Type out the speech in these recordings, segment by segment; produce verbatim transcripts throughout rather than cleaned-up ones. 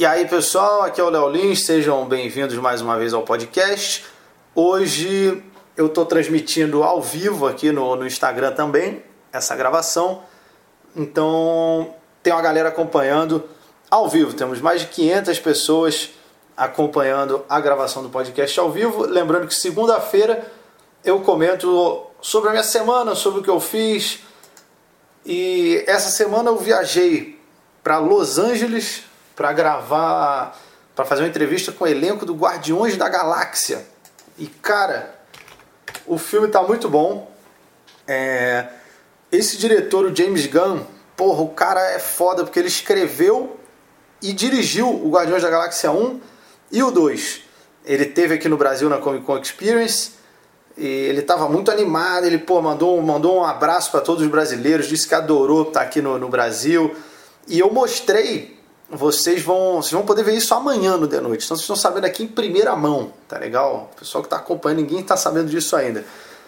E aí pessoal, aqui é o Léo Lins, sejam bem-vindos mais uma vez ao podcast. Hoje eu estou transmitindo ao vivo aqui no, no Instagram também, essa gravação. Então tem uma galera acompanhando ao vivo, temos mais de quinhentas pessoas acompanhando a gravação do podcast ao vivo. Lembrando que segunda-feira eu comento sobre a minha semana, sobre o que eu fiz. E essa semana eu viajei para Los Angeles para gravar, para fazer uma entrevista com o elenco do Guardiões da Galáxia. E cara, o filme tá muito bom. É... Esse diretor, o James Gunn, porra, o cara é foda porque ele escreveu e dirigiu o Guardiões da Galáxia um e o dois. Ele teve aqui no Brasil na Comic Con Experience e ele estava muito animado. Ele pô, mandou, mandou um abraço para todos os brasileiros, disse que adorou estar aqui no, no Brasil. E eu mostrei, vocês vão, vocês vão poder ver isso amanhã no The Noite. Então vocês estão sabendo aqui em primeira mão, tá legal? O pessoal que está acompanhando, ninguém está sabendo disso ainda.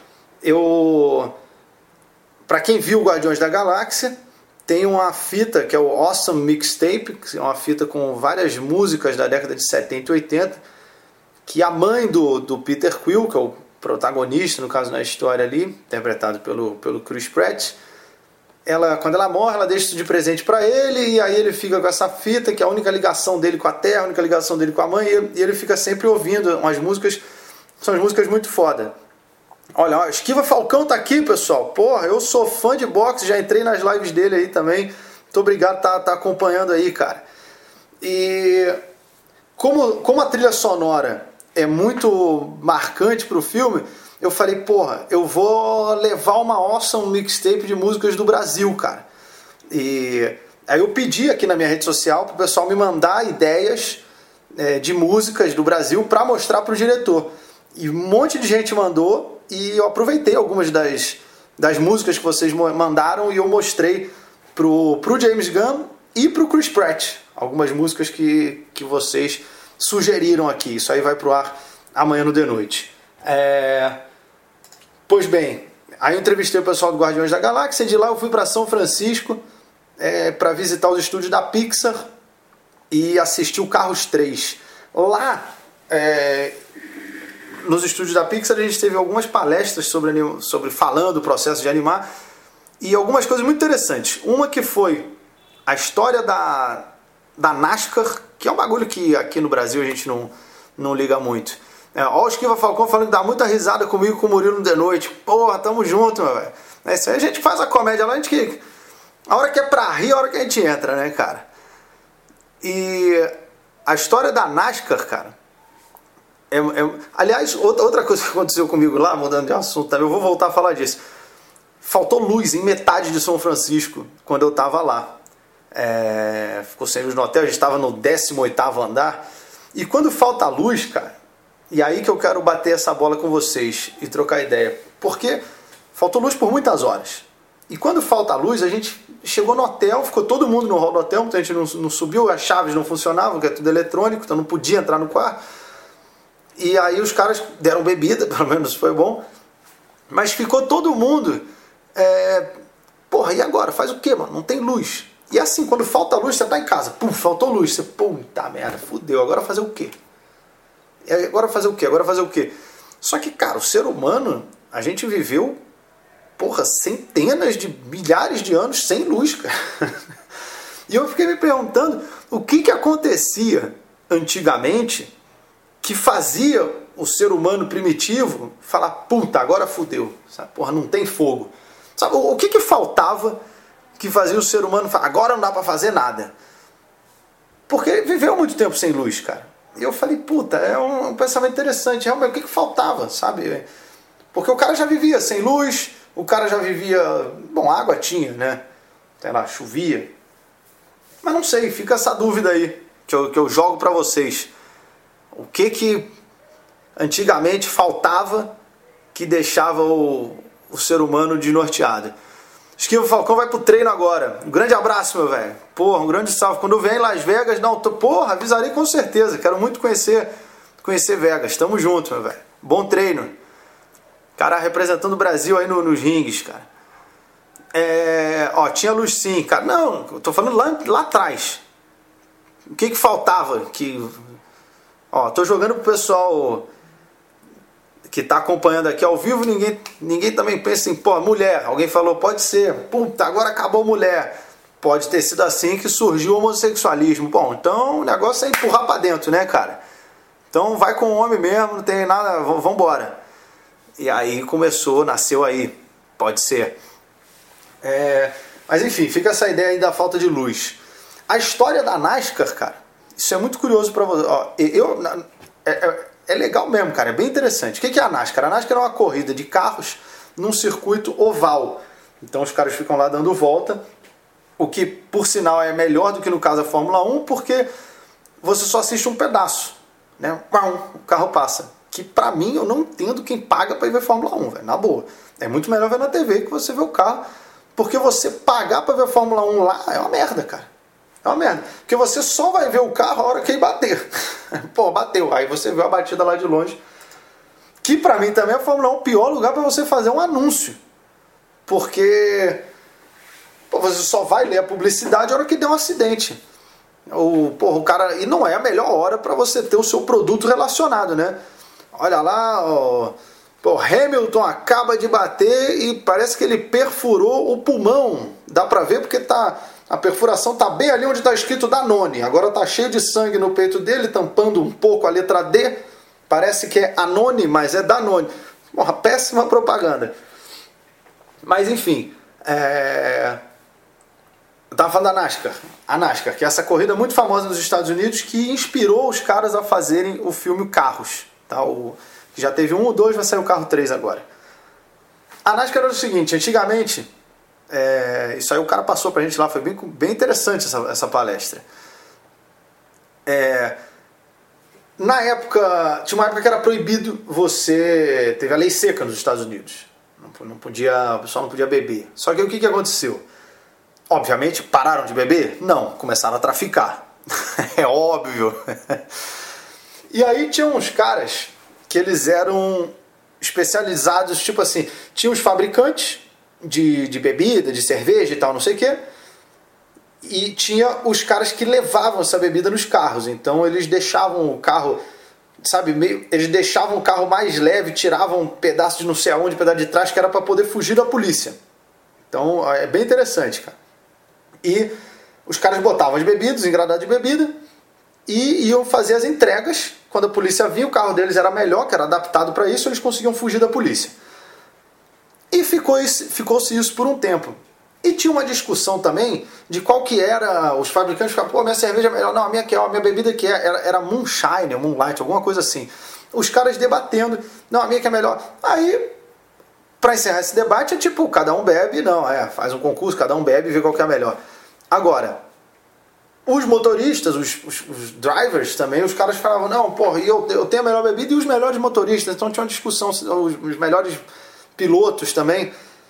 Eu, para quem viu Guardiões da Galáxia, tem uma fita que é o Awesome Mixtape, que é uma fita com várias músicas da década de setenta e oitenta, que a mãe do, do Peter Quill, que é o protagonista, no caso na história ali, interpretado pelo, pelo Chris Pratt, ela, quando ela morre, ela deixa isso de presente para ele, e aí ele fica com essa fita, que é a única ligação dele com a Terra, a única ligação dele com a mãe, e ele fica sempre ouvindo umas músicas, são as músicas muito foda. Olha, ó, Esquiva Falcão tá aqui, pessoal. Porra, eu sou fã de boxe, já entrei nas lives dele aí também. Muito obrigado por tá, tá acompanhando aí, cara. E como, como a trilha sonora é muito marcante pro filme, eu falei, porra, eu vou levar uma awesome mixtape de músicas do Brasil, cara. E aí eu pedi aqui na minha rede social pro pessoal me mandar ideias é, de músicas do Brasil para mostrar pro diretor. E um monte de gente mandou, e eu aproveitei algumas das, das músicas que vocês mandaram e eu mostrei pro, pro James Gunn e pro Chris Pratt. Algumas músicas que, que vocês sugeriram aqui. Isso aí vai pro ar amanhã no The Noite. É... Pois bem, aí eu entrevistei o pessoal do Guardiões da Galáxia. De lá eu fui para São Francisco é, para visitar os estúdios da Pixar e assistir o Carros três. Lá, é, nos estúdios da Pixar, a gente teve algumas palestras sobre, sobre falando o processo de animar e algumas coisas muito interessantes. Uma que foi a história da, da NASCAR, que é um bagulho que aqui no Brasil a gente não, não liga muito. É, ó, o Esquiva Falcão falando que dá muita risada comigo com o Murilo no The Noite. Porra, tamo junto, meu velho. É isso aí, a gente faz a comédia lá, a gente que... A hora que é pra rir, a hora que a gente entra, né, cara? E a história da NASCAR, cara... É, é... Aliás, outra coisa que aconteceu comigo lá, mudando de assunto também, eu vou voltar a falar disso. Faltou luz em metade de São Francisco, quando eu tava lá. É... Ficou sem luz no hotel, a gente tava no décimo oitavo andar. E quando falta luz, cara... E aí que eu quero bater essa bola com vocês e trocar ideia. Porque faltou luz por muitas horas. E quando falta luz, a gente chegou no hotel, ficou todo mundo no hall do hotel, então a gente não, não subiu, as chaves não funcionavam, que é tudo eletrônico, então não podia entrar no quarto. E aí os caras deram bebida, pelo menos foi bom. Mas ficou todo mundo... É... Porra, e agora? Faz o quê, mano? Não tem luz. E assim, quando falta luz, você tá em casa. Pum, faltou luz. Você, puta merda, fudeu. Agora fazer o quê? E agora fazer o quê? Agora fazer o quê? Só que, cara, o ser humano, a gente viveu, porra, centenas de milhares de anos sem luz, cara. E eu fiquei me perguntando o que que acontecia antigamente que fazia o ser humano primitivo falar, puta, agora fudeu. Sabe? Porra, não tem fogo. Sabe, o que que faltava que fazia o ser humano falar, agora não dá pra fazer nada? Porque ele viveu muito tempo sem luz, cara. E eu falei, puta, é um, um pensamento interessante. Realmente, o que que faltava, sabe? Porque o cara já vivia sem luz, o cara já vivia... Bom, água tinha, né? Sei lá, chovia. Mas não sei, fica essa dúvida aí que eu, que eu jogo pra vocês. O que que antigamente faltava que deixava o, o ser humano desnorteado? Esquiva Falcão vai pro treino agora. Um grande abraço, meu velho. Porra, um grande salve. Quando vem em Las Vegas, não, tô, porra, avisarei com certeza. Quero muito conhecer, conhecer Vegas. Tamo junto, meu velho. Bom treino. Cara, representando o Brasil aí no, nos ringues, cara. É, ó, tinha luz sim, cara. Não, eu tô falando lá, lá atrás. O que que faltava? Que, ó, tô jogando pro pessoal que tá acompanhando aqui ao vivo, ninguém, ninguém também pensa em, pô, mulher. Alguém falou, pode ser. Puta, agora acabou mulher. Pode ter sido assim que surgiu o homossexualismo. Bom, então o negócio é empurrar pra dentro, né, cara? Então vai com o homem mesmo, não tem nada, vambora. E aí começou, nasceu aí. Pode ser. É, mas enfim, fica essa ideia aí da falta de luz. A história da NASCAR, cara, isso é muito curioso pra você. Ó, eu, é, é, é legal mesmo, cara, é bem interessante. O que é a NASCAR? A NASCAR é uma corrida de carros num circuito oval. Então os caras ficam lá dando volta, o que, por sinal, é melhor do que no caso da Fórmula um, porque você só assiste um pedaço, né? O carro passa. Que pra mim, eu não entendo quem paga pra ir ver Fórmula um, velho, na boa. É muito melhor ver na T V que você vê o carro, porque você pagar pra ver a Fórmula um lá é uma merda, cara. É uma merda. Porque você só vai ver o carro a hora que ele bater. Pô, bateu. Aí você vê a batida lá de longe. Que pra mim também a Fórmula um é o pior lugar pra você fazer um anúncio. Porque pô, você só vai ler a publicidade a hora que der um acidente. O, porra, o cara, e não é a melhor hora pra você ter o seu produto relacionado, né? Olha lá, ó, pô, Hamilton acaba de bater e parece que ele perfurou o pulmão. Dá pra ver porque tá... A perfuração tá bem ali onde está escrito Danone. Agora tá cheio de sangue no peito dele, tampando um pouco a letra D. Parece que é Anone, mas é Danone. Uma péssima propaganda. Mas enfim, é... eu tava falando da NASCAR. A NASCAR, que é essa corrida muito famosa nos Estados Unidos, que inspirou os caras a fazerem o filme Carros. Tá? O... Já teve um ou dois, vai sair o carro três agora. A NASCAR era o seguinte, antigamente... É, isso aí o cara passou pra gente lá, foi bem, bem interessante essa, essa palestra. É, na época, tinha uma época que era proibido você... Teve a lei seca nos Estados Unidos. Não, não podia, o pessoal não podia beber. Só que o que, que aconteceu? Obviamente, pararam de beber? Não, começaram a traficar. É óbvio. E aí tinha uns caras que eles eram especializados, tipo assim, tinha os fabricantes De, de bebida, de cerveja e tal, não sei o que. E tinha os caras que levavam essa bebida nos carros. Então eles deixavam o carro, sabe, meio, eles deixavam o carro mais leve, tiravam um pedaço de não sei aonde, um pedaço de trás, que era para poder fugir da polícia. Então é bem interessante, cara. E os caras botavam as bebidas, os engradados de bebida, e iam fazer as entregas. Quando a polícia vinha, o carro deles era melhor, que era adaptado para isso, eles conseguiam fugir da polícia. E ficou isso, ficou-se isso por um tempo. E tinha uma discussão também de qual que era, os fabricantes ficavam, pô, minha cerveja é melhor, não, a minha, que é, a minha bebida que é, era, era Moonshine, Moonlight, alguma coisa assim. Os caras debatendo, não, a minha que é melhor. Aí, para encerrar esse debate, é tipo, cada um bebe, não, é, faz um concurso, cada um bebe e vê qual que é a melhor. Agora, os motoristas, os, os, os drivers também, os caras falavam, não, porra, eu, eu tenho a melhor bebida e os melhores motoristas, então tinha uma discussão, os, os melhores pilotos também,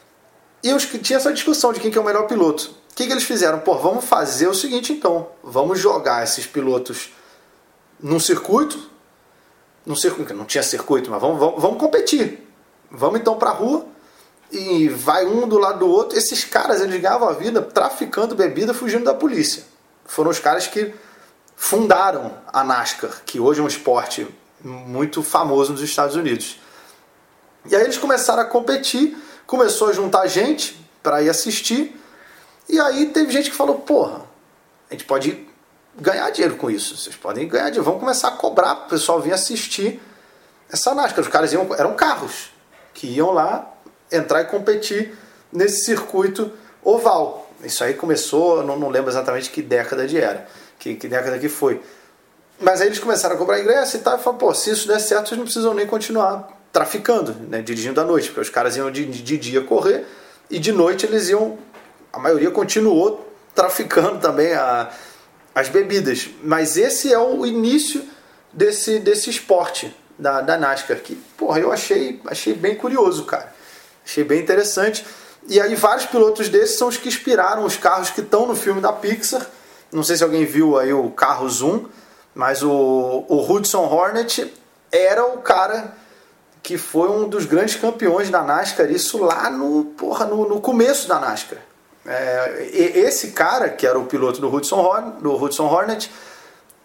e os que tinha essa discussão de quem que é o melhor piloto. O que, que eles fizeram? Pô, vamos fazer o seguinte então, vamos jogar esses pilotos num circuito, num circuito, não tinha circuito, mas vamos, vamos, vamos competir, vamos então pra rua, e vai um do lado do outro. Esses caras, eles ganhavam a vida traficando bebida, fugindo da polícia. Foram os caras que fundaram a NASCAR, que hoje é um esporte muito famoso nos Estados Unidos. E aí eles começaram a competir, começou a juntar gente para ir assistir, e aí teve gente que falou, porra, a gente pode ganhar dinheiro com isso, vocês podem ganhar dinheiro, vamos começar a cobrar para o pessoal vir assistir essa NASCAR. Os caras iam, eram carros que iam lá entrar e competir nesse circuito oval. Isso aí começou, não, não lembro exatamente que década de era, que, que década que foi. Mas aí eles começaram a cobrar ingresso e tal, e falaram, pô, se isso der certo, vocês não precisam nem continuar traficando, né, dirigindo à noite, porque os caras iam de, de dia correr e de noite eles iam, a maioria continuou traficando também a, as bebidas. Mas esse é o início desse, desse esporte da, da NASCAR, que, porra, eu achei, achei bem curioso, cara. Achei bem interessante. E aí vários pilotos desses são os que inspiraram os carros que estão no filme da Pixar. Não sei se alguém viu aí o Carros um, mas o, o Hudson Hornet era o cara que foi um dos grandes campeões da NASCAR, isso lá no, porra, no, no começo da NASCAR. É, esse cara, que era o piloto do Hudson, Horn, do Hudson Hornet,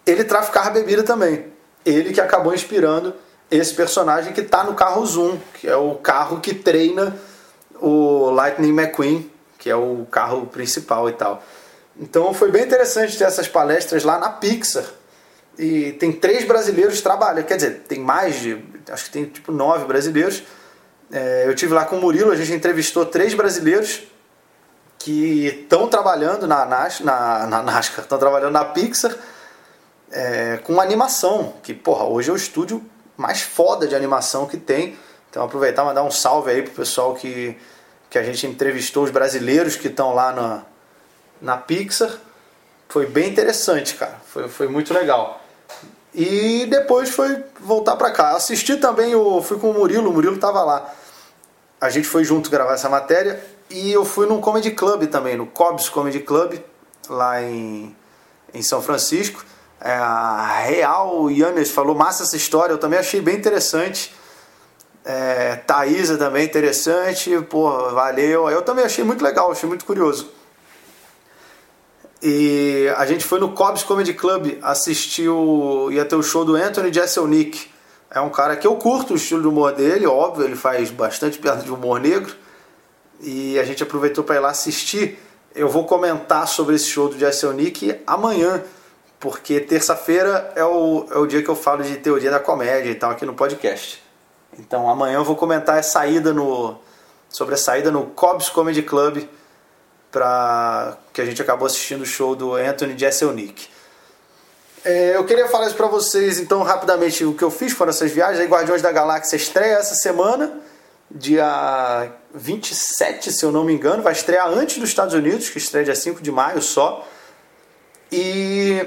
ele traficava bebida também. Ele que acabou inspirando esse personagem que está no carro Zoom, que é o carro que treina o Lightning McQueen, que é o carro principal e tal. Então foi bem interessante ter essas palestras lá na Pixar. E tem três brasileiros trabalhando, quer dizer, tem mais de, acho que tem tipo nove brasileiros. É, eu tive lá com o Murilo, a gente entrevistou três brasileiros que estão trabalhando na, Nas, na, na NASCAR, estão trabalhando na Pixar é, com animação, que porra, hoje é o estúdio mais foda de animação que tem. Então aproveitar e mandar um salve aí pro pessoal que, que a gente entrevistou, os brasileiros que estão lá na, na Pixar. Foi bem interessante, cara, foi, foi muito legal. E depois foi voltar pra cá. Assisti também, eu fui com o Murilo, o Murilo tava lá. A gente foi junto gravar essa matéria. E eu fui num Comedy Club também, no Cobb's Comedy Club, lá em, em São Francisco. É, a Real Yannis falou, massa essa história, eu também achei bem interessante. É, Thaísa também interessante, pô, valeu. Eu também achei muito legal, achei muito curioso. E a gente foi no Cobb's Comedy Club, assistiu, ia ter o show do Anthony Jeselnik. É um cara que eu curto o estilo de humor dele, óbvio, ele faz bastante piada de humor negro. E a gente aproveitou para ir lá assistir. Eu vou comentar sobre esse show do Jeselnik amanhã, porque terça-feira é o, é o dia que eu falo de teoria da comédia e tal aqui no podcast. Então amanhã eu vou comentar a saída no, sobre a saída no Cobb's Comedy Club, pra, que a gente acabou assistindo o show do Anthony Jeselnik. É, eu queria falar isso pra vocês, então, rapidamente, o que eu fiz foram essas viagens. Aí, Guardiões da Galáxia estreia essa semana, dia vinte e sete, se eu não me engano. Vai estrear antes dos Estados Unidos, que estreia dia cinco de maio só. E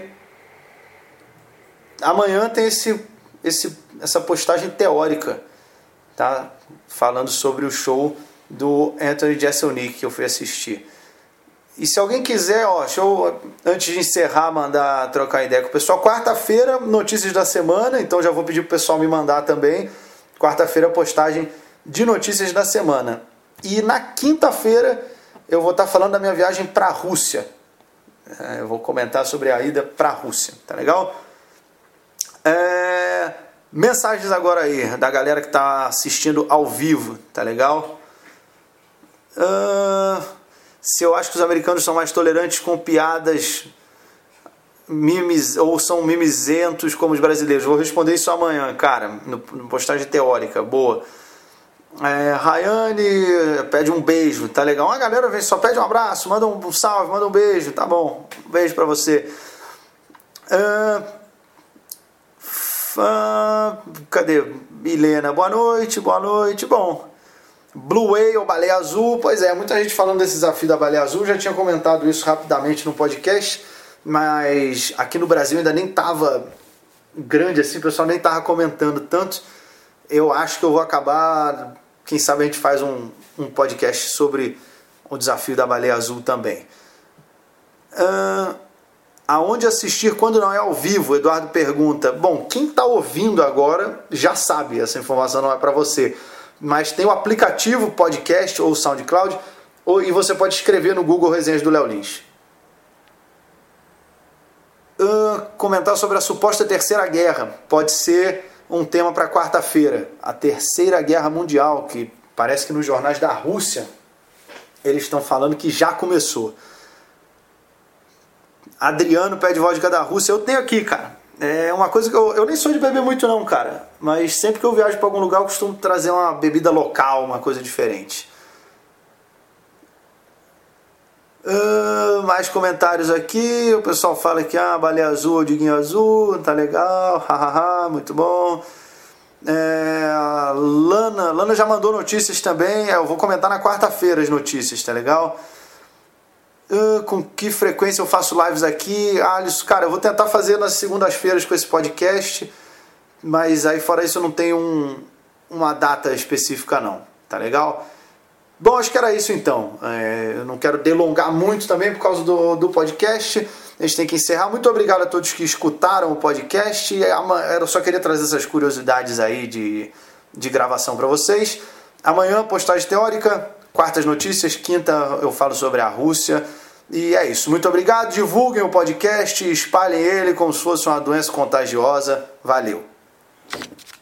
amanhã tem esse, esse, essa postagem teórica, tá? Falando sobre o show do Anthony Jeselnik que eu fui assistir. E se alguém quiser, ó, deixa eu, antes de encerrar, mandar trocar ideia com o pessoal. Quarta-feira, notícias da semana, então já vou pedir pro pessoal me mandar também. Quarta-feira, postagem de notícias da semana. E na quinta-feira eu vou estar falando da minha viagem para a Rússia. É, eu vou comentar sobre a ida para a Rússia, tá legal? É, mensagens agora aí da galera que está assistindo ao vivo, tá legal? Uh, se eu acho que os americanos são mais tolerantes com piadas mimes, ou são mimizentos como os brasileiros. Vou responder isso amanhã, cara, no, no postagem teórica, boa. É, Rayane pede um beijo, tá legal? A galera vem, só pede um abraço, manda um, um salve, manda um beijo, tá bom? Um beijo pra você. Uh, uh, cadê? Milena, boa noite, boa noite. Bom, Blue Whale, baleia azul. Pois é, muita gente falando desse desafio da baleia azul. Já tinha comentado isso rapidamente no podcast, mas aqui no Brasil ainda nem tava grande assim, o pessoal nem tava comentando tanto. Eu acho que eu vou acabar, quem sabe a gente faz um, um podcast sobre o desafio da baleia azul também. Uh, aonde assistir quando não é ao vivo? Eduardo pergunta. Bom, quem está ouvindo agora já sabe, essa informação não é para você. Mas tem o aplicativo podcast ou SoundCloud, ou, e você pode escrever no Google Resenhas do Léo Lins. Uh, comentar sobre a suposta Terceira Guerra. Pode ser um tema para quarta-feira. A Terceira Guerra Mundial, que parece que nos jornais da Rússia eles estão falando que já começou. Adriano pede vodka da Rússia. Eu tenho aqui, cara. É uma coisa que eu, eu nem sou de beber muito não, cara. Mas sempre que eu viajo para algum lugar eu costumo trazer uma bebida local, uma coisa diferente. Uh, mais comentários aqui. O pessoal fala que ah, baleia azul, o diguinho azul, tá legal, hahaha, muito bom. É, a Lana, Lana já mandou notícias também. Eu vou comentar na quarta-feira as notícias, tá legal? Uh, com que frequência eu faço lives aqui? Alisson, cara, eu vou tentar fazer nas segundas-feiras com esse podcast, mas aí fora isso eu não tenho um, uma data específica não, tá legal? Bom, acho que era isso então. É, eu não quero delongar muito também por causa do, do podcast. A gente tem que encerrar. Muito obrigado a todos que escutaram o podcast. Eu só queria trazer essas curiosidades aí de, de gravação para vocês. Amanhã, postagem teórica. Quartas notícias. Quinta eu falo sobre a Rússia. E é isso. Muito obrigado. Divulguem o podcast, espalhem ele como se fosse uma doença contagiosa. Valeu!